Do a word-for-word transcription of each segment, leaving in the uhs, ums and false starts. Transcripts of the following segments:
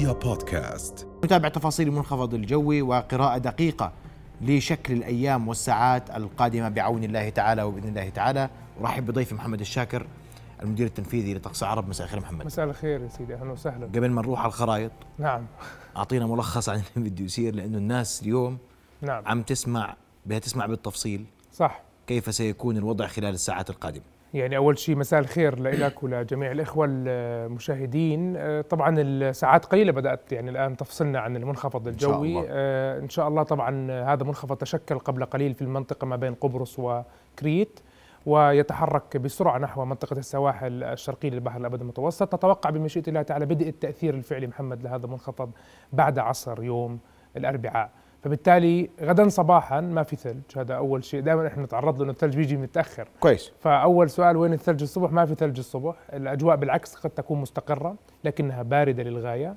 رؤيا بودكاست. نتابع تفاصيل المنخفض الجوي وقراءة دقيقة لشكل الأيام والساعات القادمة بعون الله تعالى وبإذن الله تعالى. ورحب بضيفي محمد الشاكر المدير التنفيذي لطقس عرب. مساء الخير محمد. مساء الخير يا سيدي، أهلا وسهلا. قبل ما نروح على الخرائط، نعم، أعطينا ملخص عن اللي بده يصير، لأنه الناس اليوم نعم عم تسمع بدها تسمع بالتفصيل. صح. كيف سيكون الوضع خلال الساعات القادمة؟ يعني أول شيء مساء الخير لك ولجميع الإخوة المشاهدين. طبعا الساعات قليلة بدأت يعني الآن تفصلنا عن المنخفض الجوي. إن شاء الله, إن شاء الله طبعا هذا منخفض تشكل قبل قليل في المنطقة ما بين قبرص وكريت، ويتحرك بسرعة نحو منطقة السواحل الشرقية للبحر الأبيض المتوسط. نتوقع بمشيئة الله تعالى بدء التأثير الفعلي محمد لهذا المنخفض بعد عصر يوم الأربعاء، فبالتالي غدا صباحا ما في ثلج. هذا أول شيء، دائما احنا نتعرض له إنه الثلج بيجي متأخر. كويس. فأول سؤال، وين الثلج الصبح؟ ما في ثلج الصبح، الأجواء بالعكس قد تكون مستقرة لكنها باردة للغاية.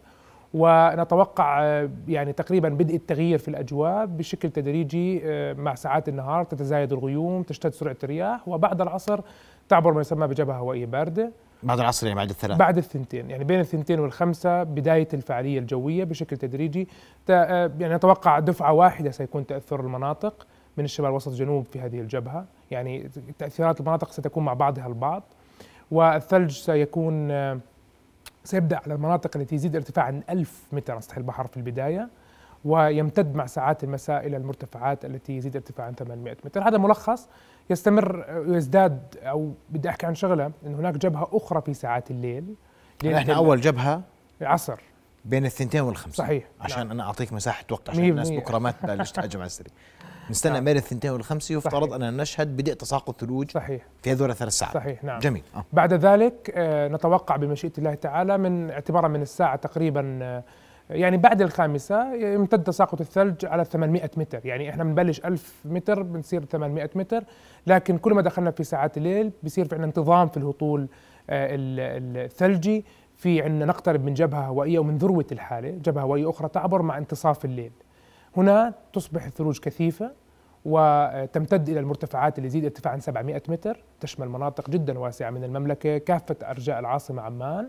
ونتوقع يعني تقريبا بدء التغيير في الأجواء بشكل تدريجي مع ساعات النهار، تتزايد الغيوم، تشتد سرعة الرياح، وبعد العصر تعبر ما يسمى بجبهة هوائية باردة. بعد العصر يعني بعد الثلاث، بعد الثنتين، يعني بين الثنتين والخمسة بداية الفعالية الجوية بشكل تدريجي. يعني نتوقع دفعة واحدة سيكون تأثر المناطق من الشمال وسط جنوب في هذه الجبهة، يعني تأثيرات المناطق ستكون مع بعضها البعض. والثلج سيكون سيبدأ على المناطق التي يزيد ارتفاع عن ألف متر عن سطح البحر في البداية، ويمتد مع ساعات المساء إلى المرتفعات التي يزيد ارتفاع عن ثمانمائة متر. هذا ملخص. يستمر ويزداد، أو بدي أحكي عن شغلة، إن هناك جبهة أخرى في ساعات الليل. احنا أول جبهة عصر بين الثنتين والخمسة. صحيح. عشان نعم. أنا أعطيك مساحة وقت عشان مية الناس مية. بكرة ما تبلش تهجم على السريع. نستنى نعم. بين الثنتين والخمسة يفترض أن نشهد بدء تساقط ثلوج. صحيح. في هذول الثلاث ساعات. صحيح. نعم. جميل. آه. بعد ذلك آه نتوقع بمشيئة الله تعالى من اعتبارا من الساعة تقريبا آه يعني بعد الخامسة يمتد تساقط الثلج على ثمانمائة متر. يعني احنا بنبلش ألف متر بنصير ثمانمائة متر، لكن كل ما دخلنا في ساعات الليل بيصير في عندنا انتظام في الهطول آه الثلجي. في عندنا نقترب من جبهة هوائية ومن ذروة الحالة جبهة هوائية أخرى تعبر مع انتصاف الليل. هنا تصبح الثلوج كثيفة وتمتد إلى المرتفعات اللي يزيد ارتفاعا سبعمائة متر، تشمل مناطق جدا واسعة من المملكة كافة أرجاء العاصمة عمان.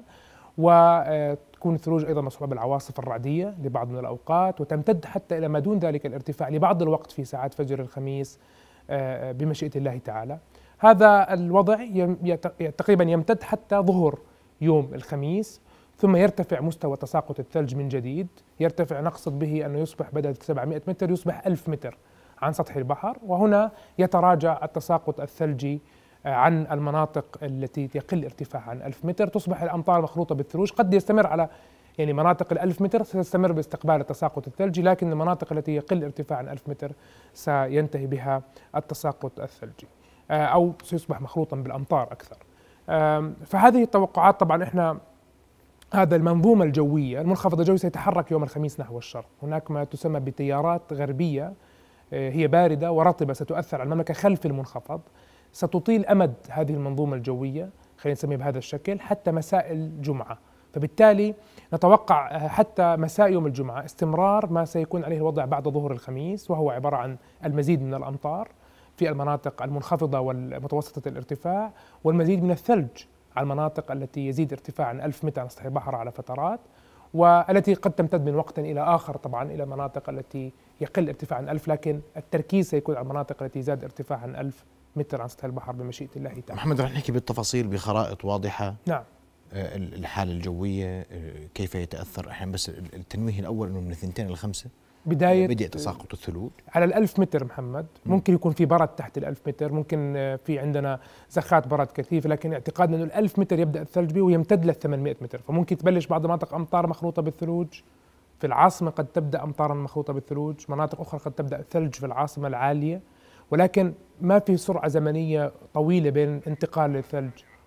وتكون الثلوج أيضا مصحوبة بالعواصف الرعدية لبعض من الأوقات، وتمتد حتى إلى ما دون ذلك الارتفاع لبعض الوقت في ساعات فجر الخميس بمشيئة الله تعالى. هذا الوضع تقريبا يمتد حتى ظهر يوم الخميس، ثم يرتفع مستوى تساقط الثلج من جديد. يرتفع نقصد به أنه يصبح بدل سبعمائة متر يصبح ألف متر عن سطح البحر، وهنا يتراجع التساقط الثلجي عن المناطق التي يقل ارتفاع عن ألف متر. تصبح الأمطار مخلوطة بالثلوج، قد يستمر على يعني مناطق الألف متر ستستمر باستقبال التساقط الثلجي، لكن المناطق التي يقل ارتفاع عن ألف متر سينتهي بها التساقط الثلجي أو سيصبح مخلوطا بالأمطار أكثر. فهذه التوقعات. طبعا احنا هذا المنظومة الجوية، المنخفض الجوي سيتحرك يوم الخميس نحو الشرق. هناك ما تسمى بتيارات غربية هي باردة ورطبة ستؤثر على المملكة خلف المنخفض، ستطيل أمد هذه المنظومة الجوية، خلينا نسميها بهذا الشكل، حتى مساء الجمعة. فبالتالي نتوقع حتى مساء يوم الجمعة استمرار ما سيكون عليه الوضع بعد ظهر الخميس، وهو عبارة عن المزيد من الأمطار في المناطق المنخفضة والمتوسطة الارتفاع، والمزيد من الثلج على المناطق التي يزيد ارتفاع عن ألف متر عن سطح البحر على فترات، والتي قد تمتد من وقت إلى آخر طبعا إلى المناطق التي يقل ارتفاع عن ألف، لكن التركيز سيكون على المناطق التي زاد ارتفاع عن ألف متر عن سطح البحر بمشيئة الله تعالى. محمد، رح نحكي بالتفاصيل بخرائط واضحة. نعم. الحالة الجوية كيف يتأثر. احنا بس التنويه الأول إنه من الثنتين للخمسة بداية بدأ تساقط الثلوج على الألف متر محمد. ممكن يكون في برد تحت الألف متر، ممكن في عندنا زخات برد كثيفة، لكن اعتقادنا أنه الألف متر يبدأ الثلج به ويمتد للثمانمائة متر. فممكن تبلش بعض المناطق أمطار مخلوطة بالثلوج في العاصمة، قد تبدأ أمطارا مخلوطة بالثلوج، مناطق أخرى قد تبدأ ثلج في العاصمة العالية، ولكن ما في سرعة زمنية طويلة بين انتقال الثلج.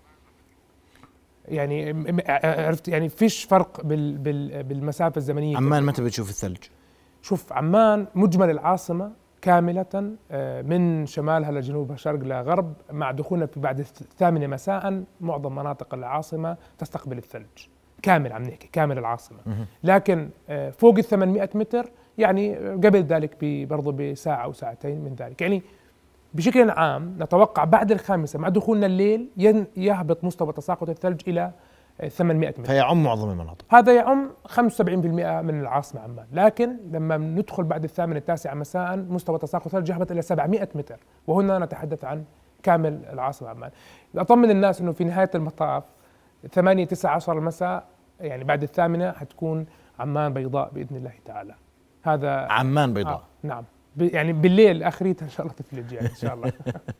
يعني عرفت، يعني فيش فرق بال بال بالمسافة الزمنية. عمان متى بتشوف الثلج؟ شوف، عمان مجمل العاصمة كاملة من شمالها لجنوبها شرق لغرب، مع دخولنا في بعد الثامنة مساء معظم مناطق العاصمة تستقبل الثلج كامل. عم نحكي كامل العاصمة، لكن فوق الثمانمائة متر يعني قبل ذلك برضو بساعة أو ساعتين من ذلك. يعني بشكل عام نتوقع بعد الخامسة مع دخولنا الليل يهبط مستوى تساقط الثلج إلى ثمانمائة متر. فيعم معظم المناطق. هذا يعم خمسة وسبعين بالمئة من العاصمة عمان، لكن لما ندخل بعد الثامنة التاسعة مساء مستوى تساقط الثلج يهبط إلى سبعمائة متر، وهنا نتحدث عن كامل العاصمة عمان. أطمن الناس أنه في نهاية المطاف ثمانية تسعة عشر المساء، يعني بعد الثامنة حتكون عمان بيضاء بإذن الله تعالى. هذا عمان بيضاء. آه نعم، يعني بالليل آخريتها إن شاء الله تثلج يعني إن شاء الله.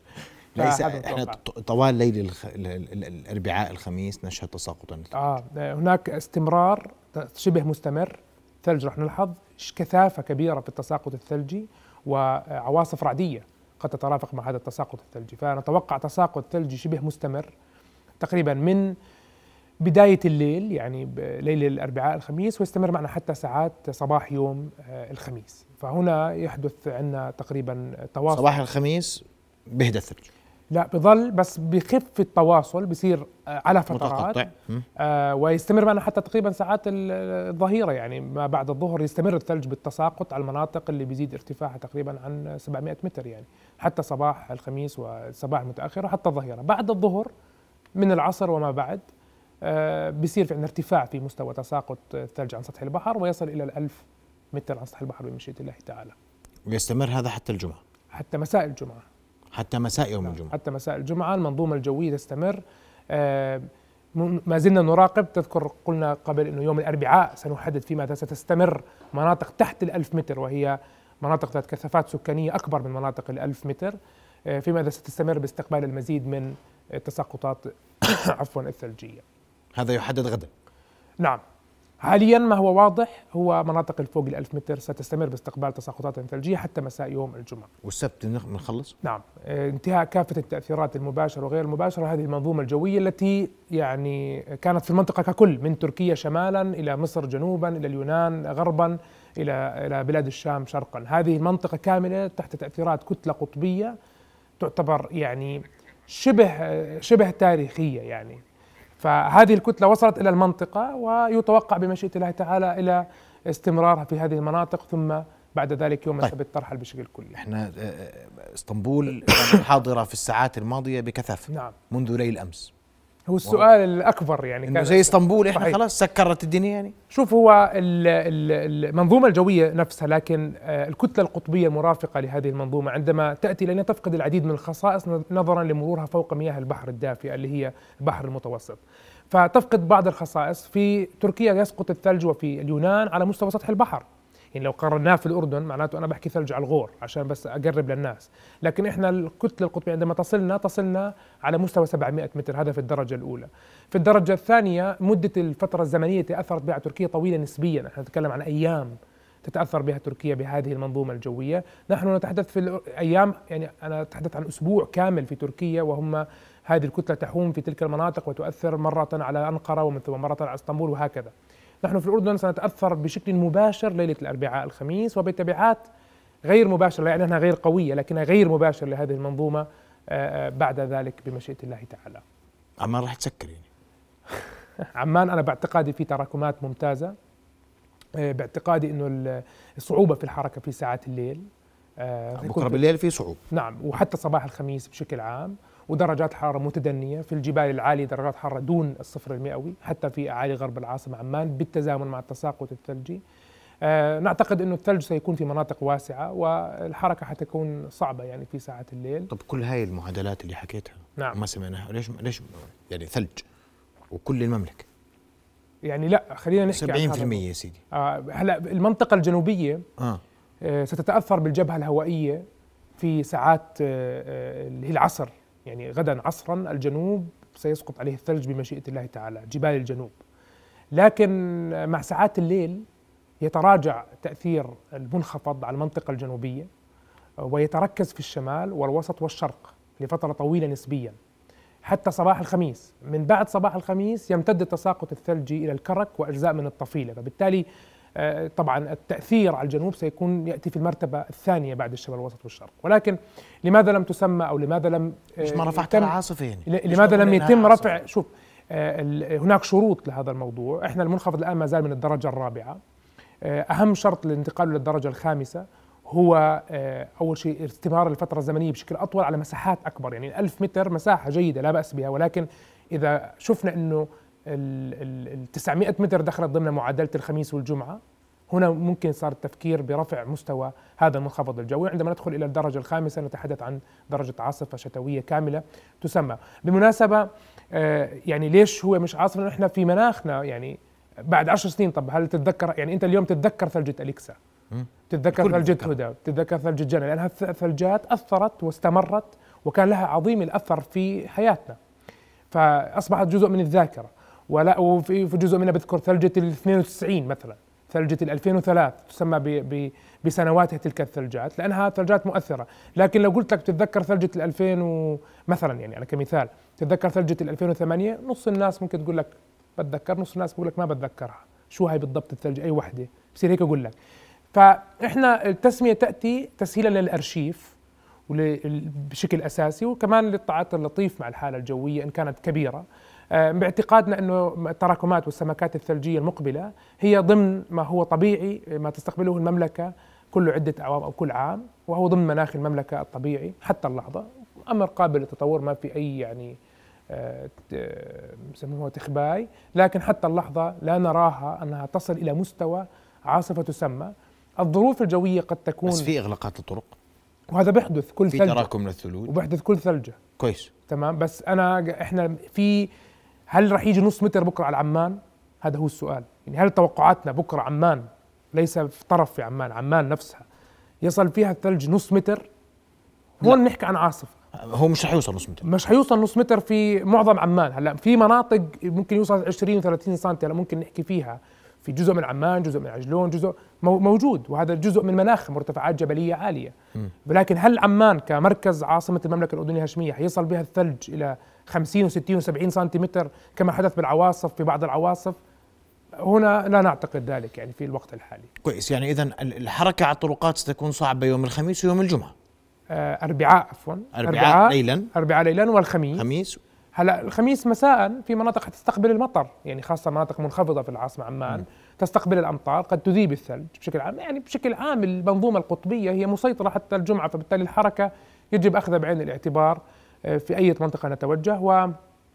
ليس احنا طوال ليل الخ... الاربعاء الخميس نشهد تساقطا. اه هناك استمرار شبه مستمر ثلج. رح نلحظ كثافة كبيرة في التساقط الثلجي وعواصف رعدية قد تترافق مع هذا التساقط الثلجي، فنتوقع تساقط ثلجي شبه مستمر تقريبا من بداية الليل، يعني ليل الأربعاء الخميس، ويستمر معنا حتى ساعات صباح يوم الخميس. فهنا يحدث عندنا تقريبا تواصل. صباح الخميس بهدى الثلج؟ لا، بظل بس بخف التواصل، بصير على فترات آه ويستمر معنا حتى تقريبا ساعات الظهيرة، يعني ما بعد الظهر يستمر الثلج بالتساقط على المناطق اللي بيزيد ارتفاعها تقريبا عن سبعمائة متر، يعني حتى صباح الخميس والصباح المتأخر وحتى الظهيرة. بعد الظهر من العصر وما بعد آه بيصير في عندنا ارتفاع في مستوى تساقط الثلج عن سطح البحر، ويصل إلى الألف متر عن سطح البحر بمشيئة الله تعالى. ويستمر هذا حتى الجمعة؟ حتى مساء الجمعة. حتى مساء يوم الجمعة. حتى مساء الجمعة المنظومة الجوية تستمر. آه ما زلنا نراقب. تذكر قلنا قبل أنه يوم الأربعاء سنحدد في ماذا ستستمر مناطق تحت الألف متر، وهي مناطق ذات كثافات سكانية أكبر من مناطق الألف متر، آه في ماذا ستستمر باستقبال المزيد من التساقطات عفوا الثلجية. هذا يحدد غدا؟ نعم، حاليا ما هو واضح هو مناطق الفوق الألف متر ستستمر باستقبال تساقطات ثلجية حتى مساء يوم الجمعة. والسبت بنخلص؟ نعم، انتهاء كافة التأثيرات المباشرة وغير المباشرة هذه المنظومة الجوية التي يعني كانت في المنطقة ككل، من تركيا شمالا إلى مصر جنوبا إلى اليونان غربا إلى إلى بلاد الشام شرقا. هذه المنطقة كاملة تحت تأثيرات كتلة قطبية تعتبر يعني شبه شبه تاريخية يعني. فهذه الكتلة وصلت إلى المنطقة، ويتوقع بمشيئة الله تعالى إلى استمرارها في هذه المناطق، ثم بعد ذلك يوم السبت ترحل بشكل كلي. احنا اسطنبول كانت حاضرة في الساعات الماضية بكثافة. نعم. منذ ليل أمس. هو السؤال الأكبر يعني إنه زي اسطنبول احنا خلاص سكرت الدنيا يعني. شوف، هو المنظومة الجوية نفسها، لكن الكتلة القطبية المرافقة لهذه المنظومة عندما تأتي لأنها تفقد العديد من الخصائص نظرا لمرورها فوق مياه البحر الدافئة اللي هي البحر المتوسط، فتفقد بعض الخصائص. في تركيا يسقط الثلج وفي اليونان على مستوى سطح البحر، يعني لو قارناه في الأردن معناته أنا بحكي ثلج على الغور عشان بس أقرب للناس، لكن إحنا الكتلة القطبية عندما تصلنا تصلنا على مستوى سبعمائة متر، هذا في الدرجة الأولى. في الدرجة الثانية مدة الفترة الزمنية تأثرت بها تركيا طويلة نسبيا، احنا نتكلم عن أيام تتأثر بها تركيا بهذه المنظومة الجوية. نحن نتحدث في الأيام، يعني أنا أتحدث عن أسبوع كامل في تركيا، وهم هذه الكتلة تحوم في تلك المناطق وتؤثر مرة على أنقرة ومن ثم مرة على اسطنبول وهكذا. نحن في الأردن سنتأثر بشكل مباشر ليلة الأربعاء الخميس، وبتبعات غير مباشرة، يعني أنها غير قوية لكنها غير مباشرة لهذه المنظومة بعد ذلك بمشيئة الله تعالى. عمان راح تسكر يعني؟ عمان أنا باعتقادي في تراكمات ممتازة، باعتقادي أنه الصعوبة في الحركة في ساعات الليل، بكرة بالليل في صعوبة. نعم، وحتى صباح الخميس بشكل عام، ودرجات حرارة متدنية في الجبال العالية، درجات حرارة دون الصفر المئوي حتى في أعالي غرب العاصمة عمان بالتزامن مع التساقط الثلجي. آه نعتقد أنه الثلج سيكون في مناطق واسعة والحركة حتكون صعبة يعني في ساعات الليل. طب كل هاي المعادلات اللي حكيتها نعم. ما سمعناها، ليش ليش يعني ثلج وكل المملكة؟ يعني لا، خلينا نحكي سبعين بالمئة يا سيدي. آه هلا المنطقة الجنوبية آه. آه ستتأثر بالجبهة الهوائية في ساعات آه اللي هي العصر، يعني غدا عصرا الجنوب سيسقط عليه الثلج بمشيئة الله تعالى، جبال الجنوب. لكن مع ساعات الليل يتراجع تأثير المنخفض على المنطقة الجنوبية ويتركز في الشمال والوسط والشرق لفترة طويلة نسبيا حتى صباح الخميس. من بعد صباح الخميس يمتد التساقط الثلجي إلى الكرك وأجزاء من الطفيلة، فبالتالي طبعا التأثير على الجنوب سيكون يأتي في المرتبة الثانية بعد الشمال والوسط والشرق. ولكن لماذا لم تسمى أو لماذا لم مش ما رفعت العاصفة يعني؟ لماذا لم يتم رفع؟ شوف، هناك شروط لهذا الموضوع. احنا المنخفض الآن ما زال من الدرجة الرابعة. أهم شرط للانتقال للدرجة الخامسة هو أول شيء استمرار الفترة الزمنية بشكل أطول على مساحات أكبر، يعني ألف متر مساحة جيدة لا بأس بها، ولكن إذا شفنا أنه ال تسعمائة متر دخلت ضمن معادلة الخميس والجمعة. هنا ممكن صار التفكير برفع مستوى هذا المنخفض الجوي. عندما ندخل إلى الدرجة الخامسة نتحدث عن درجة عاصفة شتوية كاملة تسمى. بالمناسبة يعني ليش هو مش عاصفة؟ لأنه إحنا في مناخنا يعني بعد عشر سنين. طب هل تتذكر يعني أنت اليوم تتذكر ثلجة أليكسا، تتذكر ثلجة هدى، تتذكر ثلجة جنة، لأنها الثلجات أثرت واستمرت وكان لها عظيم الأثر في حياتنا، فأصبحت جزء من الذاكرة. ولا وفي جزء منها بذكر ثلجة ال اثنين وتسعين مثلا، ثلجة ال ألفين وثلاثة تسمى ب ب بسنواتها تلك الثلجات لأنها ثلجات مؤثرة. لكن لو قلت لك تتذكر ثلجة ال ألفين مثلا، يعني على كمثال تتذكر ثلجة ال ألفين وثمانية، نص الناس ممكن تقول لك بتذكر، نص الناس بقول لك ما بتذكرها، شو هاي بالضبط الثلج أي وحدة، بصير هيك أقول لك. فإحنا التسمية تأتي تسهيلا للأرشيف بشكل أساسي، وكمان للتعاطي اللطيف مع الحالة الجوية إن كانت كبيرة، باعتقادنا أنه التراكمات والسمكات الثلجية المقبلة هي ضمن ما هو طبيعي ما تستقبله المملكة كل عدة أعوام أو كل عام، وهو ضمن مناخ المملكة الطبيعي حتى اللحظة. أمر قابل للتطور، ما في أي يعني يسموه تخباي، لكن حتى اللحظة لا نراها أنها تصل إلى مستوى عاصفة تسمى. الظروف الجوية قد تكون بس في إغلاقات الطرق، وهذا بيحدث كل في ثلجة، تراكم للثلوج وبيحدث كل ثلجة. كويس تمام. بس أنا إحنا في هل رح يجي نص متر بكرة على عمان؟ هذا هو السؤال. يعني هل توقعاتنا بكرة عمان، ليس في طرف في عمان، عمان نفسها يصل فيها الثلج نص متر؟ هون نحكي عن عاصفة. هو مش رح يوصل نص متر، مش حيوصل نص متر في معظم عمان. هلا في مناطق ممكن يوصل عشرين وثلاثين سنتي، هلا ممكن نحكي فيها في جزء من عمان، جزء من عجلون، جزء موجود، وهذا جزء من مناخ مرتفعات جبلية عالية. م. ولكن هل عمان كمركز عاصمة المملكة الأردنية الهاشمية حيصل بها الثلج إلى خمسين وستين وسبعين سنتيمتر كما حدث بالعواصف في بعض العواصف؟ هنا لا نعتقد ذلك يعني في الوقت الحالي. كويس. يعني إذن الحركة على الطرقات ستكون صعبة يوم الخميس ويوم الجمعة. أربعاء عفوا أربعاء, أربعاء ليلا أربعاء ليلا والخميس خميس. هلا الخميس مساء في مناطق حتستقبل المطر، يعني خاصة مناطق منخفضة في العاصمة عمان م. تستقبل الأمطار قد تذيب الثلج بشكل عام. يعني بشكل عام المنظومة القطبية هي مسيطرة حتى الجمعة، فبالتالي الحركة يجب أخذها بعين الاعتبار في أي منطقة نتوجه. و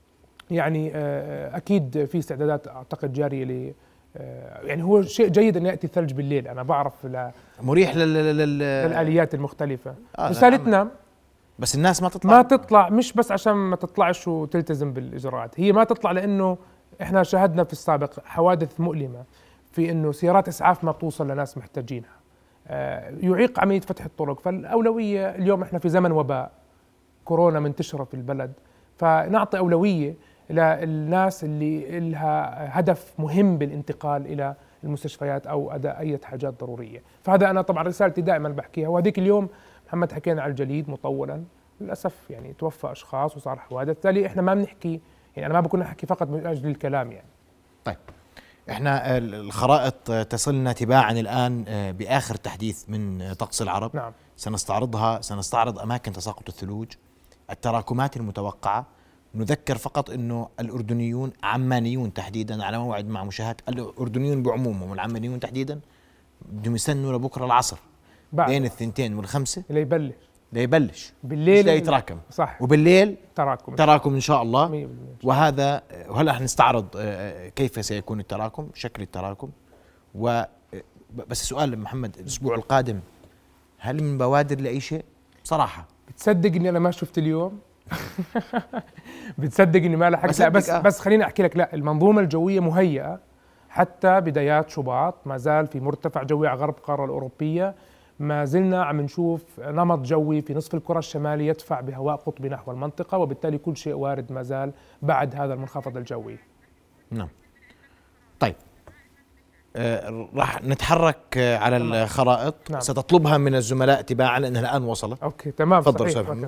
يعني أكيد في استعدادات أعتقد جارية ل يعني هو شيء جيد أن يأتي الثلج بالليل. أنا بعرف ل... مريح لل... لل... للآليات المختلفة. آه رسالتنا بس الناس ما تطلع ما تطلع مش بس عشان ما تطلعش وتلتزم بالإجراءات، هي ما تطلع لأنه إحنا شاهدنا في السابق حوادث مؤلمة في إنه سيارات إسعاف ما بتوصل لناس محتاجينها، آه يعيق عملية فتح الطرق. فالأولوية اليوم إحنا في زمن وباء كورونا منتشرة في البلد، فنعطي أولوية للناس اللي لها هدف مهم بالانتقال إلى المستشفيات أو أداء أي حاجات ضرورية. فهذا أنا طبعا رسالتي دائما بحكيها. وهذيك اليوم محمد حكينا على الجليد مطولا، للأسف يعني توفى أشخاص وصار حوادث، بالتالي إحنا ما بنحكي، يعني أنا ما بكون أحكي فقط من أجل الكلام يعني. طيب إحنا الخرائط تصلنا تباعا الآن بآخر تحديث من طقس العرب. نعم. سنستعرضها، سنستعرض أماكن تساقط الثلوج، التراكمات المتوقعة. نذكر فقط أنه الأردنيون عمانيون تحديدا على موعد مع مشاهدة الأردنيون بعمومهم والعمانيون تحديدا بدهم يستنوا لبكرة العصر بين الثنتين والخمسة ليبلش ليبلش بالليل لا يتراكم. صح. وبالليل تراكم تراكم إن شاء الله. مية بالمية. وهذا وهلا حنستعرض كيف سيكون التراكم، شكل التراكم. و بس السؤال محمد، الأسبوع القادم هل من بوادر لأي شيء؟ بصراحة بتصدق إني أنا ما شفت اليوم؟ بتصدق إني ما لحقت؟ لا بس آه. بس خليني أحكي لك، لا المنظومة الجوية مهيئة حتى بدايات شباط، ما زال في مرتفع جوي على غرب القارة الأوروبية، ما زلنا عم نشوف نمط جوي في نصف الكرة الشمالية يدفع بهواء قطبي نحو المنطقة، وبالتالي كل شيء وارد ما زال بعد هذا المنخفض الجوي. نعم. طيب آه راح نتحرك آه على نعم. الخرائط. نعم. ستطلبها من الزملاء تباعا لأنها الآن وصلت. أوكي تمام. تفضل أستاذ محمد.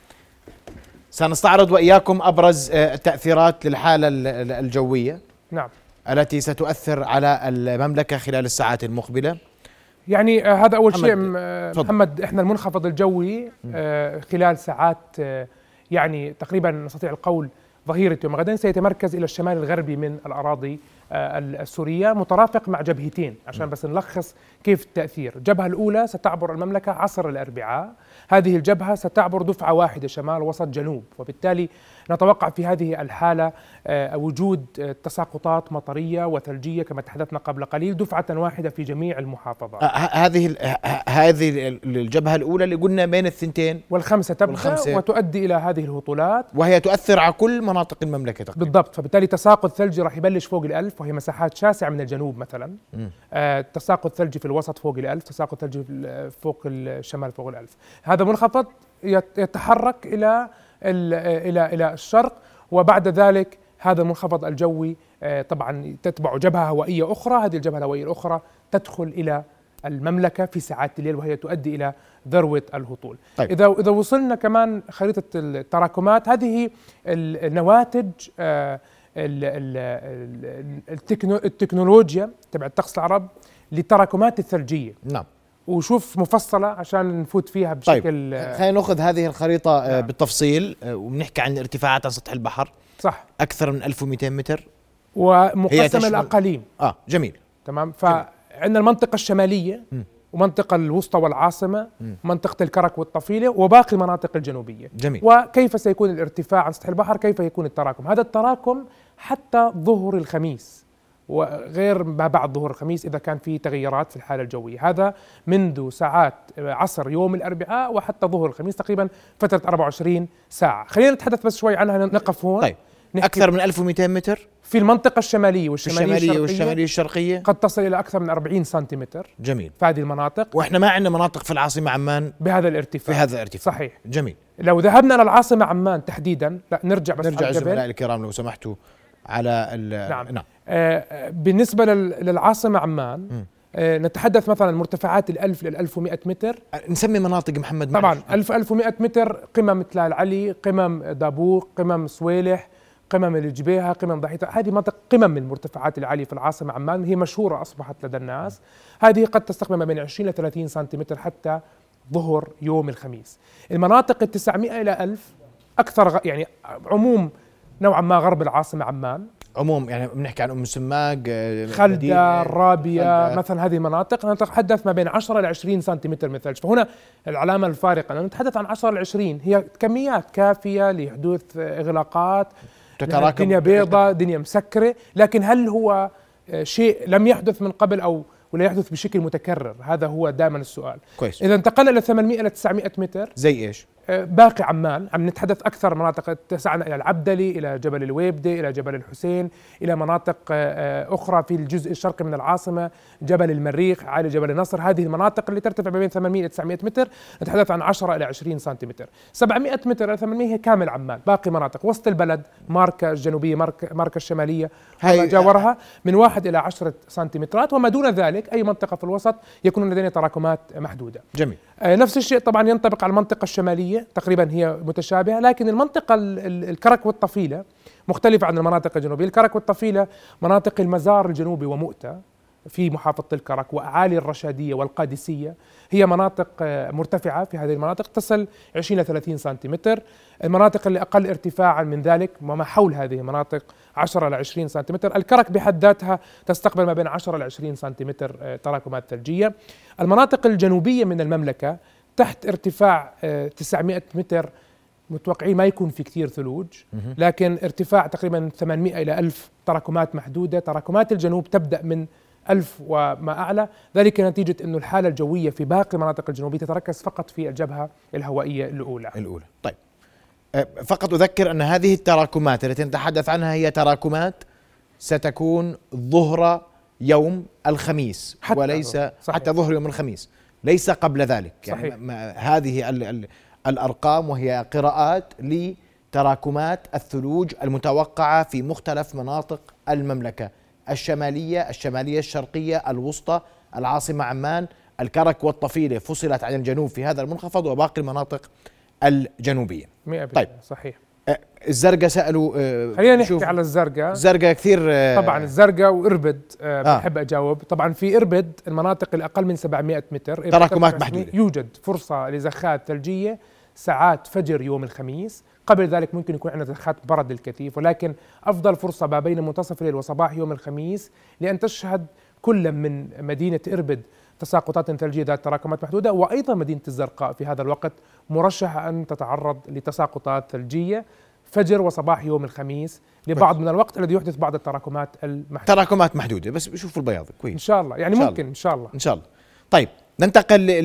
سنستعرض وإياكم أبرز آه التأثيرات للحالة الجوية. نعم. التي ستؤثر على المملكة خلال الساعات المقبلة. يعني آه هذا أول شيء محمد. إحنا المنخفض الجوي آه خلال ساعات آه يعني تقريبا نستطيع القول ظهيرة يوم غدا سيتمركز إلى الشمال الغربي من الأراضي السورية مترافق مع جبهتين عشان بس نلخص كيف التأثير. الجبهة الأولى ستعبر المملكة عصر الأربعاء، هذه الجبهة ستعبر دفعة واحدة شمال وسط جنوب، وبالتالي نتوقع في هذه الحالة وجود تساقطات مطرية وثلجية كما تحدثنا قبل قليل، دفعة واحدة في جميع المحافظات. هذه هذه الجبهة الأولى اللي قلنا بين الثنتين والخمسة تبدأ والخمسة وتؤدي إلى هذه الهطولات، وهي تؤثر على كل مناطق المملكة تقريبا. بالضبط، فبالتالي تساقط ثلجي راح يبلش فوق الألف، وهي مساحات شاسعة من الجنوب مثلا. آه تساقط ثلجي في الوسط فوق الألف، تساقط ثلجي فوق الشمال فوق الألف. هذا منخفض يتحرك إلى إلى إلى الشرق، وبعد ذلك هذا المنخفض الجوي آه طبعا تتبع جبهة هوائية أخرى، هذه الجبهة الهوائية الأخرى تدخل إلى المملكة في ساعات الليل، وهي تؤدي إلى ذروة الهطول. طيب. إذا إذا وصلنا كمان خريطة التراكمات، هذه النواتج آه التكنولوجيا تبع الطقس العرب للتراكمات الثلجية. نعم. وشوف مفصلة عشان نفوت فيها بشكل. طيب خلينا نأخذ هذه الخريطة نعم. بالتفصيل، وبنحكي عن ارتفاعات عن سطح البحر. صح. أكثر من ألف ومئتين متر ومقسمة الأقاليم. آه جميل. تمام. فعندنا المنطقة الشمالية م. ومنطقة الوسطى والعاصمة، م. منطقة الكرك والطفيلة، وباقي المناطق الجنوبية. جميل. وكيف سيكون الارتفاع عن سطح البحر، كيف يكون التراكم. هذا التراكم حتى ظهر الخميس، وغير ما بعد ظهور الخميس إذا كان في تغيرات في الحالة الجوية. هذا منذ ساعات عصر يوم الأربعاء وحتى ظهور الخميس، تقريبا فترة أربعة وعشرين ساعة. خلينا نتحدث بس شوي عنها، نقف هون. طيب. أكثر من ألف ومئتين متر في المنطقة الشمالية والشمالية الشمالية والشمالية الشرقية، قد تصل إلى أكثر من أربعين سنتيمتر. جميل. في هذه المناطق، وإحنا ما عندنا مناطق في العاصمة عمان بهذا الارتفاع. في هذا الارتفاع. صحيح. جميل. لو ذهبنا للعاصمة عمان تحديدا، لا نرجع بس نرجع الزملاء الكرام لو سمحتوا على نعم. نعم. آه بالنسبة للعاصمة عمان آه نتحدث مثلا مرتفعات الألف للألف ومئة متر. نسمي مناطق محمد طبعا ألف ألف ومئة متر، قمم تلال علي، قمم دابوق، قمم صويلح، قمم الجبيهة، قمم ضحيتة. هذه مناطق قمم من المرتفعات العالية في العاصمة عمان، هي مشهورة أصبحت لدى الناس. هذه قد تستقبل ما بين عشرين إلى ثلاثين سنتيمتر حتى ظهر يوم الخميس. المناطق التسعمائة إلى ألف أكثر يعني عموم نوعا ما غرب العاصمة عمان، عموم يعني بنحكي عن أم سماق، خلدة، الرابية، خلدة. مثلا هذه المناطق نتحدث ما بين عشرة إلى عشرين سنتيمتر من الثلج. فهنا العلامة الفارقة نتحدث عن عشرة إلى عشرين، هي كميات كافية لحدوث إغلاقات، تتراكم، دنيا بيضاء، دنيا مسكرة. لكن هل هو شيء لم يحدث من قبل أو ولا يحدث بشكل متكرر؟ هذا هو دائما السؤال. كويس. إذا انتقلنا إلى ثمانمائة إلى تسعمائة متر، زي إيش؟ باقي عمان، عم نتحدث أكثر مناطق، اتسعنا إلى العبدلي، إلى جبل الويبدة، إلى جبل الحسين، إلى مناطق أخرى في الجزء الشرقي من العاصمة، جبل المريخ، عالي جبل النصر. هذه المناطق اللي ترتفع ما بين ثمانمائة إلى تسعمائة متر نتحدث عن عشرة إلى عشرين سنتيمتر. سبعمائة متر إلى ثمانمائة هي كامل عمان. باقي مناطق وسط البلد، ماركا الجنوبية، ماركا, ماركا الشمالية وما جاورها من واحد إلى عشرة سنتيمترات، وما دون ذلك أي منطقة في الوسط يكون لدينا تراكمات محدودة. جميل. نفس الشيء طبعا ينطبق على المنطقة الشمالية، تقريبا هي متشابهة، لكن المنطقة الكرك والطفيلة مختلفة عن المناطق الجنوبية. الكرك والطفيلة مناطق المزار الجنوبي ومؤتة في محافظة الكرك، وأعالي الرشادية والقادسية، هي مناطق مرتفعة في هذه المناطق تصل عشرين إلى ثلاثين سنتيمتر. المناطق اللي أقل ارتفاعا من ذلك وما حول هذه المناطق عشرة إلى عشرين سنتيمتر. الكرك بحد ذاتها تستقبل ما بين عشرة إلى عشرين سنتيمتر تراكمات ثلجية. المناطق الجنوبية من المملكة تحت ارتفاع تسعمائة متر متوقعين ما يكون في كثير ثلوج، لكن ارتفاع تقريبا ثمانمائة إلى ألف تراكمات محدودة. تراكمات الجنوب تبدأ من ألف وما أعلى، ذلك نتيجة أنه الحالة الجوية في باقي المناطق الجنوبية تتركز فقط في الجبهة الهوائية الأولى الأولى. طيب فقط أذكر أن هذه التراكمات التي نتحدث عنها هي تراكمات ستكون ظهر يوم الخميس، حتى وليس صحيح. حتى ظهر يوم الخميس، ليس قبل ذلك. يعني صحيح. هذه ال ال الأرقام وهي قراءات لتراكمات الثلوج المتوقعة في مختلف مناطق المملكة الشمالية، الشمالية الشرقية، الوسطى، العاصمة عمان، الكرك والطفيلة فصلت عن الجنوب في هذا المنخفض، وباقي المناطق الجنوبية. طيب صحيح. الزرقاء سألوا، خلينا نحكي على الزرقاء. الزرقاء كثير طبعا الزرقاء وإربد بحب آه. أجاوب. طبعا في إربد المناطق الأقل من سبعمائة متر تراكمات محدودة، يوجد فرصة لزخات ثلجية ساعات فجر يوم الخميس قبل ذلك ممكن يكون عندنا زخات برد الكثيف، ولكن أفضل فرصة ما بين منتصف الليل وصباح يوم الخميس لأن تشهد كل من مدينة إربد تساقطات ثلجية ذات تراكمات محدودة، وأيضا مدينة الزرقاء في هذا الوقت مرشحة أن تتعرض لتساقطات ثلجية فجر وصباح يوم الخميس لبعض من الوقت الذي يحدث بعض التراكمات المحدودة. تراكمات محدودة بس بشوفوا البياض كويس إن شاء الله، يعني إن ممكن إن شاء الله إن شاء الله. طيب ننتقل ل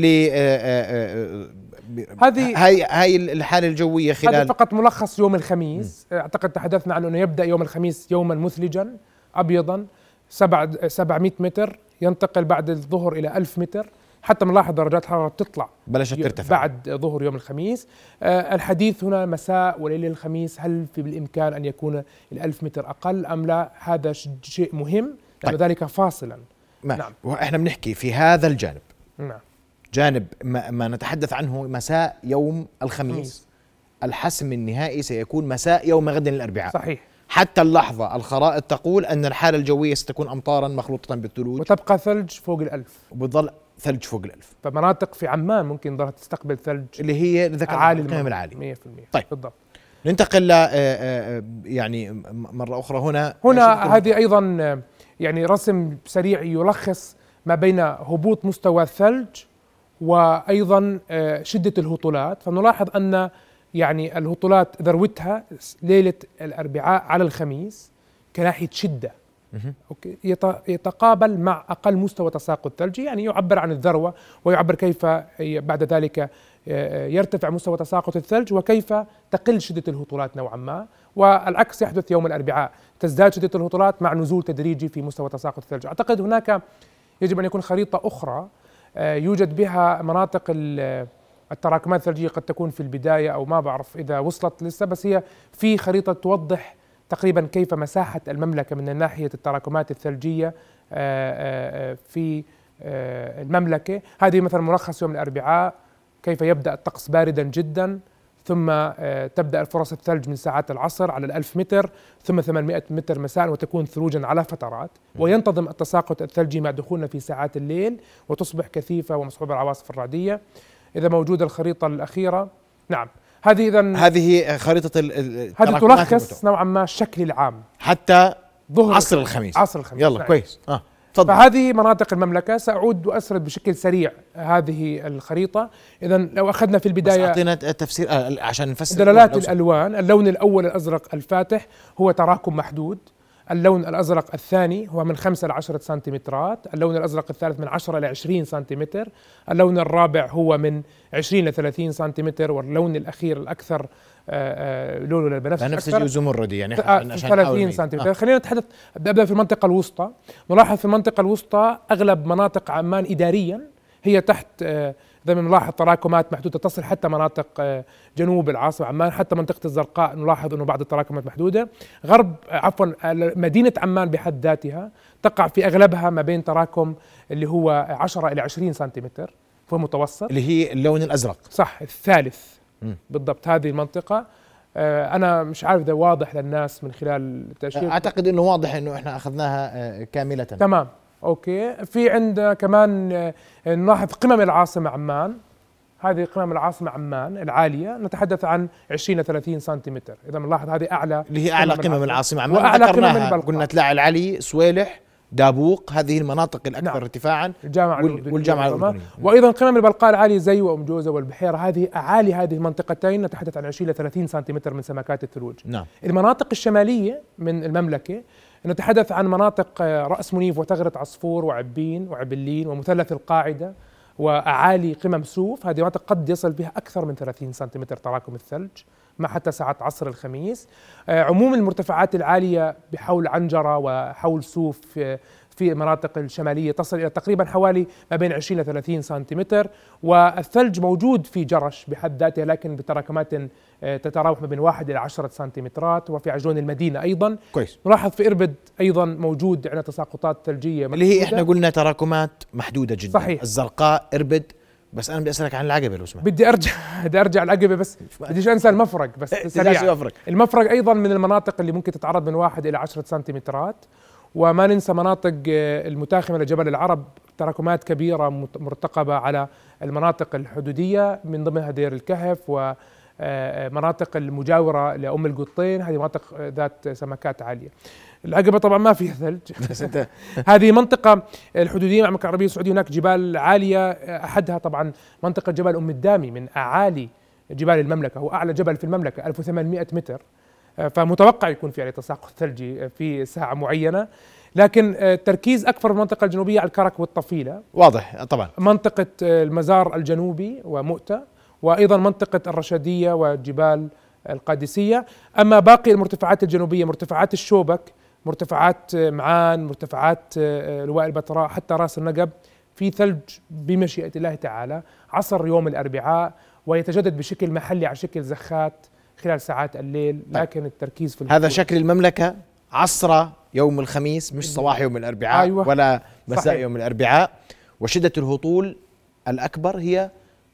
هذه هاي هاي الحالة الجوية خلال هذا فقط ملخص يوم الخميس. م. أعتقد تحدثنا عن أنه يبدأ يوم الخميس يوما مثلجا أبيضا سبعمئة متر، ينتقل بعد الظهر إلى ألف متر، حتى نلاحظ درجات الحرارة تطلع بلشت ترتفع بعد ظهر يوم الخميس. آه الحديث هنا مساء وليل الخميس، هل في بالإمكان أن يكون الألف متر أقل أم لا؟ هذا شيء مهم لأن طيب. ذلك فاصلا. نعم، وإحنا بنحكي في هذا الجانب. نعم. جانب ما, ما نتحدث عنه مساء يوم الخميس، م. الحسم النهائي سيكون مساء يوم غد الأربعاء. صحيح. حتى اللحظة الخرائط تقول أن الحالة الجوية ستكون أمطارا مخلوطة بالثلوج، وتبقى ثلج فوق الألف، وبظل ثلج فوق الألف. فمناطق في عمان ممكن ظلها تستقبل ثلج اللي هي ذكرنا القمم العالي مئة بالمئة. طيب بالضبط. ننتقل ل يعني مرة أخرى هنا هنا هذه أيضا يعني رسم سريع يلخص ما بين هبوط مستوى الثلج وأيضا شدة الهطولات. فنلاحظ أن يعني الهطولات ذروتها ليلة الأربعاء على الخميس كناحية شدة، أوكي، يتقابل مع أقل مستوى تساقط ثلجي، يعني يعبر عن الذروة ويعبر كيف بعد ذلك يرتفع مستوى تساقط الثلج وكيف تقل شدة الهطولات نوعا ما، والعكس يحدث يوم الأربعاء، تزداد شدة الهطولات مع نزول تدريجي في مستوى تساقط الثلج. أعتقد هناك يجب أن يكون خريطة أخرى يوجد بها مناطق التراكمات الثلجية، قد تكون في البداية أو ما بعرف إذا وصلت لسه، بس هي في خريطة توضح تقريبا كيف مساحة المملكة من ناحية التراكمات الثلجية في المملكة. هذه مثلا ملخص يوم الأربعاء، كيف يبدأ الطقس باردا جدا، ثم تبدأ فرص الثلج من ساعات العصر على الألف متر، ثم ثمانمئة متر مساء وتكون ثلوجا على فترات، وينتظم التساقط الثلجي مع دخولنا في ساعات الليل وتصبح كثيفة ومصحوبة العواصف الرعدية. إذا موجودة الخريطة الأخيرة، نعم، هذه إذن هذه خريطة هذه تلخص نوعا ما الشكل العام حتى عصر الخميس. عصر الخميس يلا نعم. كويس. اه تفضل. فهذه مناطق المملكة. سأعود وأسرد بشكل سريع هذه الخريطة. إذا لو أخذنا في البداية أعطينا تفسير آه عشان نفسر دلالات الألوان. اللون الأول الأزرق الفاتح هو تراكم محدود، اللون الأزرق الثاني هو من خمسة إلى عشرة سنتيمترات، اللون الأزرق الثالث من عشرة إلى عشرين سنتيمتر، اللون الرابع هو من عشرين إلى ثلاثين سنتيمتر، واللون الأخير الأكثر لونه للبنفسجي بنفسجي زمردي يعني ثلاثين سنتيمتر. آه. خلينا نتحدث، نبدأ في المنطقة الوسطى. نلاحظ في المنطقة الوسطى أغلب مناطق عمان إداريا هي تحت زي ما نلاحظ تراكمات محدودة تصل حتى مناطق جنوب العاصمة عمان، حتى منطقة الزرقاء نلاحظ أنه بعض التراكمات محدودة. غرب عفوا مدينة عمان بحد ذاتها تقع في أغلبها ما بين تراكم اللي هو عشرة إلى عشرين سنتيمتر فهو متوسط، اللي هي اللون الأزرق صح الثالث. م. بالضبط هذه المنطقة. أنا مش عارف إذا واضح للناس من خلال التأشير. أعتقد أنه واضح أنه إحنا أخذناها كاملة. تمام أوكي. في عند كمان نلاحظ قمم العاصمة عمان، هذه قمم العاصمة عمان العالية نتحدث عن عشرين إلى ثلاثين سنتيمتر. إذا نلاحظ هذه أعلى اللي هي أعلى قمم العاصمة عمان، وأعلى قمم البلقاء. قلنا تلاعي العلي، سويلح، دابوق، هذه المناطق الأكثر نعم. ارتفاعا، الجامعة وال والجامعة الأردنية. وأيضا قمم البلقاء العالية زي وأم جوزة والبحيرة، هذه أعالي هذه المنطقتين نتحدث عن عشرين إلى ثلاثين سنتيمتر من سمكات الثلوج. نعم. المناطق الشمالية من المملكة نتحدث عن مناطق رأس منيف وثغرة عصفور وعبين وعبلين ومثلث القاعدة وأعالي قمم سوف. هذه مناطق قد يصل بها أكثر من ثلاثين سنتيمتر تراكم الثلج مع حتى ساعات عصر الخميس. عموم المرتفعات العالية بحول عنجرة وحول سوف في المناطق الشمالية تصل إلى تقريبا حوالي ما بين عشرين إلى ثلاثين سنتيمتر، والثلج موجود في جرش بحد ذاته لكن بتراكمات تتراوح ما بين واحد إلى عشرة سنتيمترات، وفي عجلون المدينة أيضا. كويس. نلاحظ في إربد أيضا موجود عندنا تساقطات ثلجية اللي هي إحنا قلنا تراكمات محدودة جدا. صحيح. الزرقاء، إربد، بس أنا بدي أسألك عن العقبة لو سمحت. بدي أرجع بدي أرجع العقبة بس بديش أنسى المفرق بس سريع. المفرق أيضا من المناطق اللي ممكن تتعرض من واحد إلى عشرة سنتيمترات. وما ننسى مناطق المتاخمة لجبل العرب، تراكمات كبيرة مرتقبة على المناطق الحدودية من ضمنها دير الكهف مناطق المجاورة لأم القطين، هذه مناطق ذات سمكات عالية. العقبة طبعا ما فيها ثلج. هذه منطقة الحدودية مع المملكة العربية السعودية، هناك جبال عالية، أحدها طبعا منطقة جبل أم الدامي من أعالي جبال المملكة، هو أعلى جبل في المملكة ألف وثمانمائة متر، فمتوقع يكون في عليه تساقط ثلجي في ساعة معينة. لكن التركيز أكثر في المنطقة الجنوبية على الكرك والطفيلة، واضح طبعا، منطقة المزار الجنوبي ومؤتة، وأيضا منطقة الرشدية وجبال القادسية. أما باقي المرتفعات الجنوبية، مرتفعات الشوبك، مرتفعات معان، مرتفعات لواء البتراء، حتى راس النقب، في ثلج بمشيئة الله تعالى عصر يوم الأربعاء، ويتجدد بشكل محلي على شكل زخات خلال ساعات الليل. لكن التركيز في هذا شكل المملكة عصر يوم الخميس، مش صباح يوم الأربعاء. أيوة. ولا مساء صحيح. يوم الأربعاء. وشدة الهطول الأكبر هي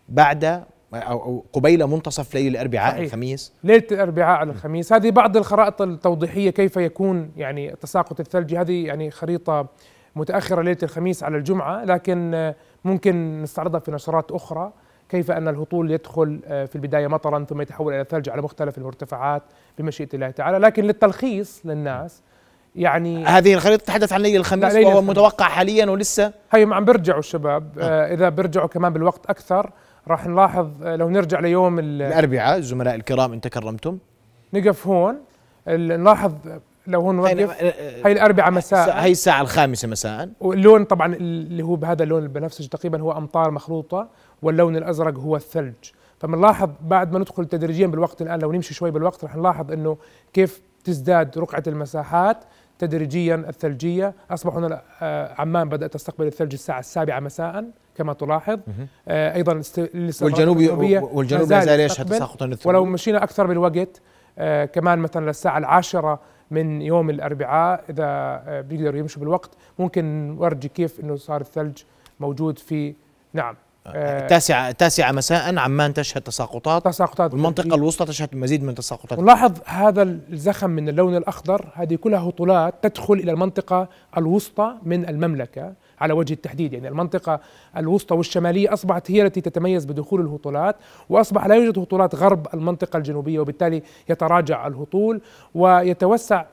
بعد أو قبيل منتصف ليل الأربعاء صحيح. الخميس، ليلة الأربعاء على الخميس. هذه بعض الخرائط التوضيحية كيف يكون يعني تساقط الثلج. هذه يعني خريطة متأخرة ليلة الخميس على الجمعة، لكن ممكن نستعرضها في نشرات أخرى، كيف أن الهطول يدخل في البداية مطرا ثم يتحول إلى ثلج على مختلف المرتفعات بمشيئة الله تعالى. لكن للتلخيص للناس، يعني هذه الخريطة تتحدث عن ليلة الخميس، وهو متوقع حاليا ولسه هي عم بيرجعوا الشباب. آه. إذا بيرجعوا كمان بالوقت أكثر راح نلاحظ. لو نرجع ليوم الأربعاء، الزملاء الكرام إن تكرمتم، نقف هون نلاحظ. لو هون نوقف، هي الأربعاء مساء، هي الساعة الخامسة مساء. واللون طبعا اللي هو بهذا اللون البنفسجي تقريبا هو أمطار مخلوطة، واللون الأزرق هو الثلج. فبنلاحظ بعد ما ندخل تدريجيا بالوقت الآن، لو نمشي شوي بالوقت رح نلاحظ إنه كيف تزداد رقعة المساحات تدريجيا الثلجية. أصبح هنا عمان بدأت تستقبل الثلج الساعة السابعة مساء كما تلاحظ. آه أيضا والجنوبي والجنوب لا زال يشهد تساقطا الثلج. ولو مشينا أكثر بالوقت آه كمان مثلا للساعة العاشرة من يوم الأربعاء، إذا آه بيقدروا يمشوا بالوقت ممكن نورجي كيف إنه صار الثلج موجود في نعم التاسعة التاسعة مساء عمان تشهد تساقطات تساقطات والمنطقة الوسطى تشهد مزيد من التساقطات. نلاحظ هذا الزخم من اللون الأخضر، هذه كلها هطولات تدخل إلى المنطقة الوسطى من المملكة على وجه التحديد. يعني المنطقة الوسطى والشمالية أصبحت هي التي تتميز بدخول الهطولات، وأصبح لا يوجد هطولات غرب المنطقة الجنوبية، وبالتالي يتراجع الهطول ويتوسع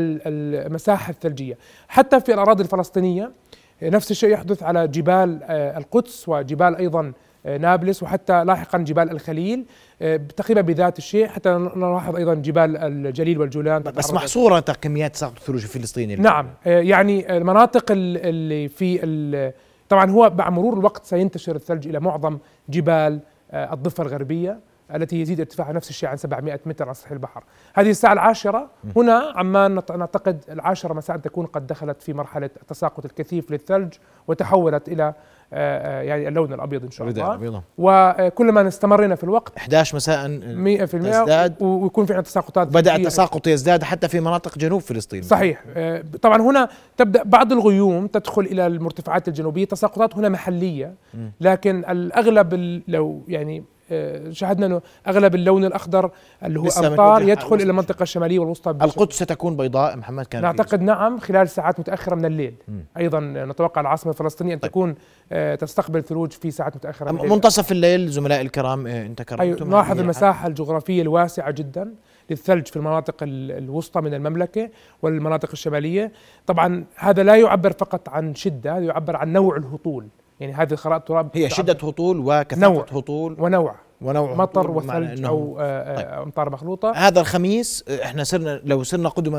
المساحة الثلجية. حتى في الأراضي الفلسطينية نفس الشيء يحدث على جبال القدس وجبال أيضا نابلس، وحتى لاحقا جبال الخليل تقريبا بذات الشيء. حتى نلاحظ أيضا جبال الجليل والجولان. بس محصورة كميات تساقط الثلوج الفلسطيني. نعم، يعني المناطق اللي في طبعا هو مع مرور الوقت سينتشر الثلج إلى معظم جبال الضفة الغربية التي يزيد ارتفاعها نفس الشيء عن سبعمائة متر على سطح البحر. هذه الساعة العاشرة هنا عمان نعتقد العاشرة مساء تكون قد دخلت في مرحلة التساقط الكثيف للثلج وتحولت إلى يعني اللون الأبيض إن شاء الله. وكلما استمرنا في الوقت إحدى عشر مساء مئة بالمئة ويكون في عندنا تساقطات. بدأ التساقط يزداد حتى في مناطق جنوب فلسطين. صحيح. طبعا هنا تبدأ بعض الغيوم تدخل إلى المرتفعات الجنوبية، تساقطات هنا محلية، لكن الأغلب لو يعني شاهدنا أنه أغلب اللون الأخضر اللي هو أمطار يدخل إلى المنطقة الشمالية والوسطى. القدس ستكون بيضاء محمد؟ كان نعتقد نعم خلال ساعات متأخرة من الليل. م. أيضا نتوقع العاصمة الفلسطينية أن طيب. تكون تستقبل ثلوج في ساعات متأخرة من الليل. منتصف الليل زملاء الكرام أنت كرمتم. نلاحظ المساحة الجغرافية الواسعة جدا للثلج في المناطق الوسطى من المملكة والمناطق الشمالية. طبعا هذا لا يعبر فقط عن شدة، هذا يعبر عن نوع الهطول. يعني هذه الخرائط التراب هي شدة هطول وكثافة هطول ونوع ونوع مطر وثلج أو طيب. أمطار مخلوطة. هذا الخميس احنا صرنا لو صرنا قدما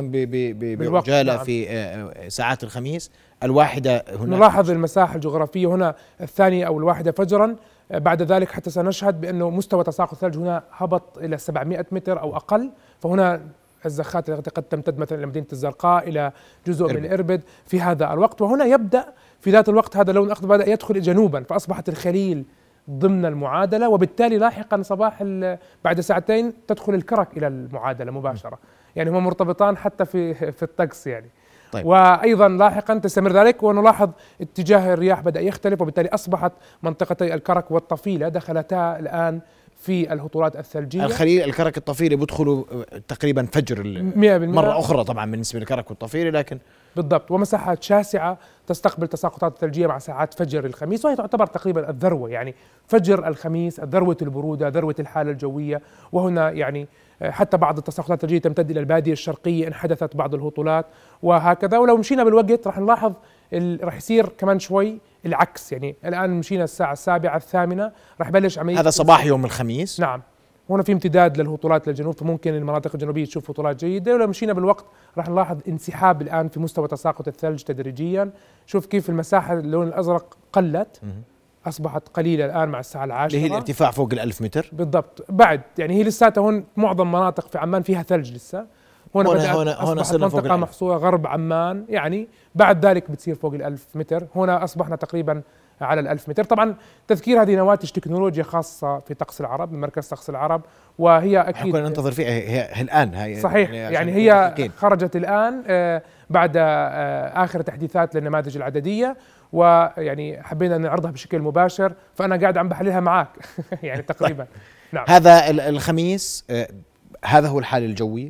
بعجالة نعم. في ساعات الخميس الواحدة هنا نلاحظ المساحة الجغرافية هنا الثانية أو الواحدة فجرا. بعد ذلك حتى سنشهد بأنه مستوى تساقط الثلج هنا هبط إلى سبعمائة متر أو أقل. فهنا الزخات التي قد تمتد مثلا إلى مدينة الزرقاء إلى جزء إربد. من إربد في هذا الوقت. وهنا يبدأ في ذات الوقت هذا اللون الأخضر بدأ يدخل جنوبا، فأصبحت الخليل ضمن المعادلة، وبالتالي لاحقا صباح بعد ساعتين تدخل الكرك إلى المعادلة مباشرة. يعني هما مرتبطان حتى في في الطقس يعني. طيب. وأيضا لاحقا تستمر ذلك، ونلاحظ اتجاه الرياح بدأ يختلف، وبالتالي أصبحت منطقتي الكرك والطفيلة دخلتا الآن في الهطولات الثلجية. الخليل الكرك الطفيلي بيدخلوا تقريبا فجر مئة بالمئة مرة أخرى طبعا بالنسبة للكرك والطفيلي، لكن بالضبط، ومساحات شاسعة تستقبل تساقطات الثلجية مع ساعات فجر الخميس، وهي تعتبر تقريبا الذروة، يعني فجر الخميس ذروة البرودة، ذروة الحالة الجوية. وهنا يعني حتى بعض التساقطات الثلجية تمتد إلى البادية الشرقية إن حدثت بعض الهطولات وهكذا. ولو مشينا بالوقت راح نلاحظ راح يصير كمان شوي العكس، يعني الآن مشينا الساعة السابعة الثامنة راح بلش عملية هذا صباح يوم الخميس. نعم، هنا في امتداد للهطولات للجنوب، فممكن المناطق الجنوبية تشوف هطولات جيدة. ولو مشينا بالوقت راح نلاحظ انسحاب الآن في مستوى تساقط الثلج تدريجيا. شوف كيف المساحة اللون الأزرق قلت، أصبحت قليلة الآن مع الساعة العاشرة، اللي هي الارتفاع فوق الألف متر بالضبط. بعد يعني هي لساتها هون معظم مناطق في عمان فيها ثلج لسه. هنا هنا بدأت هنا هنا أصبحت منطقة محصورة غرب عمان، يعني بعد ذلك بتصير فوق الألف متر. هنا أصبحنا تقريبا على الألف متر. طبعا تذكير هذه نواتج تكنولوجيا خاصة في طقس العرب من مركز طقس العرب، وهي أكيد كنا ننتظر فيها هي, هي الآن هي صحيح، يعني هي خرجت الآن بعد آخر تحديثات للنماذج العددية، ويعني حبينا نعرضها بشكل مباشر، فأنا قاعد عم بحللها معك يعني تقريبا. نعم. هذا الخميس هذا هو الحال الجوي.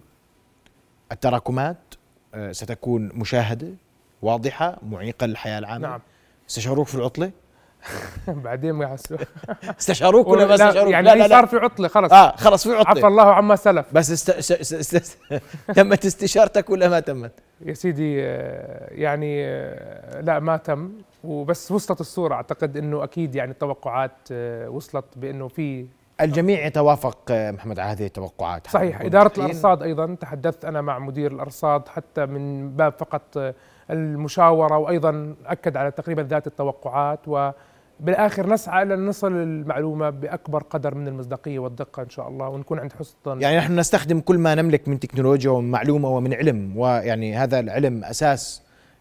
التراكمات ستكون مشاهدة واضحة معيقة للحياة العامة. نعم. استشاروك في العطلة؟ بعدين ما يحسوا استشاروك ولا ما استشاروك؟ يعني لا لا صار في عطلة خلص. اه خلص في عطلة، عفى الله عما سلف. بس است... است... است... است... تمت استشارتك ولا ما تمت؟ يا سيدي يعني لا ما تم، وبس وصلت الصورة. اعتقد انه اكيد يعني التوقعات وصلت بانه في الجميع يتوافق محمد على هذه التوقعات. صحيح. إدارة الأرصاد أيضا تحدثت أنا مع مدير الأرصاد حتى من باب فقط المشاورة، وأيضا أكد على تقريبا ذات التوقعات، وبالآخر نسعى إلى أن نصل المعلومة بأكبر قدر من المصداقية والدقة إن شاء الله، ونكون عند حسن الظن. يعني نحن نستخدم كل ما نملك من تكنولوجيا ومن معلومة ومن علم، ويعني هذا العلم أساس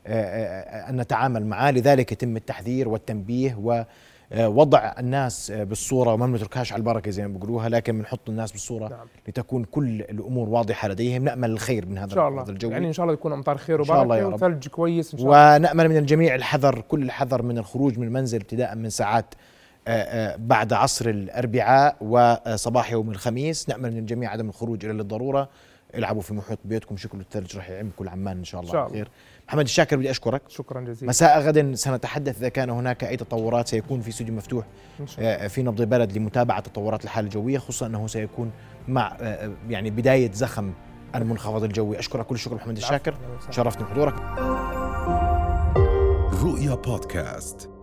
أن نتعامل معه، لذلك يتم التحذير والتنبيه و وضع الناس بالصورة، وما بنتركهاش على البركة زي ما بيقولوها، لكن بنحط الناس بالصورة. نعم. لتكون كل الأمور واضحة لديهم. نأمل الخير من هذا العرض الجوي، يعني إن شاء الله يكون أمطار خير وبركة وثلج كويس إن شاء الله. ونأمل من الجميع الحذر، كل الحذر من الخروج من المنزل ابتداء من ساعات بعد عصر الأربعاء وصباح يوم الخميس. نأمل من الجميع عدم الخروج إلا للضرورة. العبوا في محيط بيتكم، شكل الثلج رح يعم كل عمان إن شاء الله. شاء الله. خير. محمد الشاكر بدي أشكرك، شكرا جزيلا. مساء غد سنتحدث إذا كان هناك أي تطورات، سيكون في استوديو مفتوح في نبض البلد لمتابعة تطورات الحالة الجوية، خصوصا أنه سيكون مع يعني بداية زخم المنخفض الجوي. أشكرك كل الشكر محمد الشاكر، شرفتني بحضورك. رؤيا بودكاست.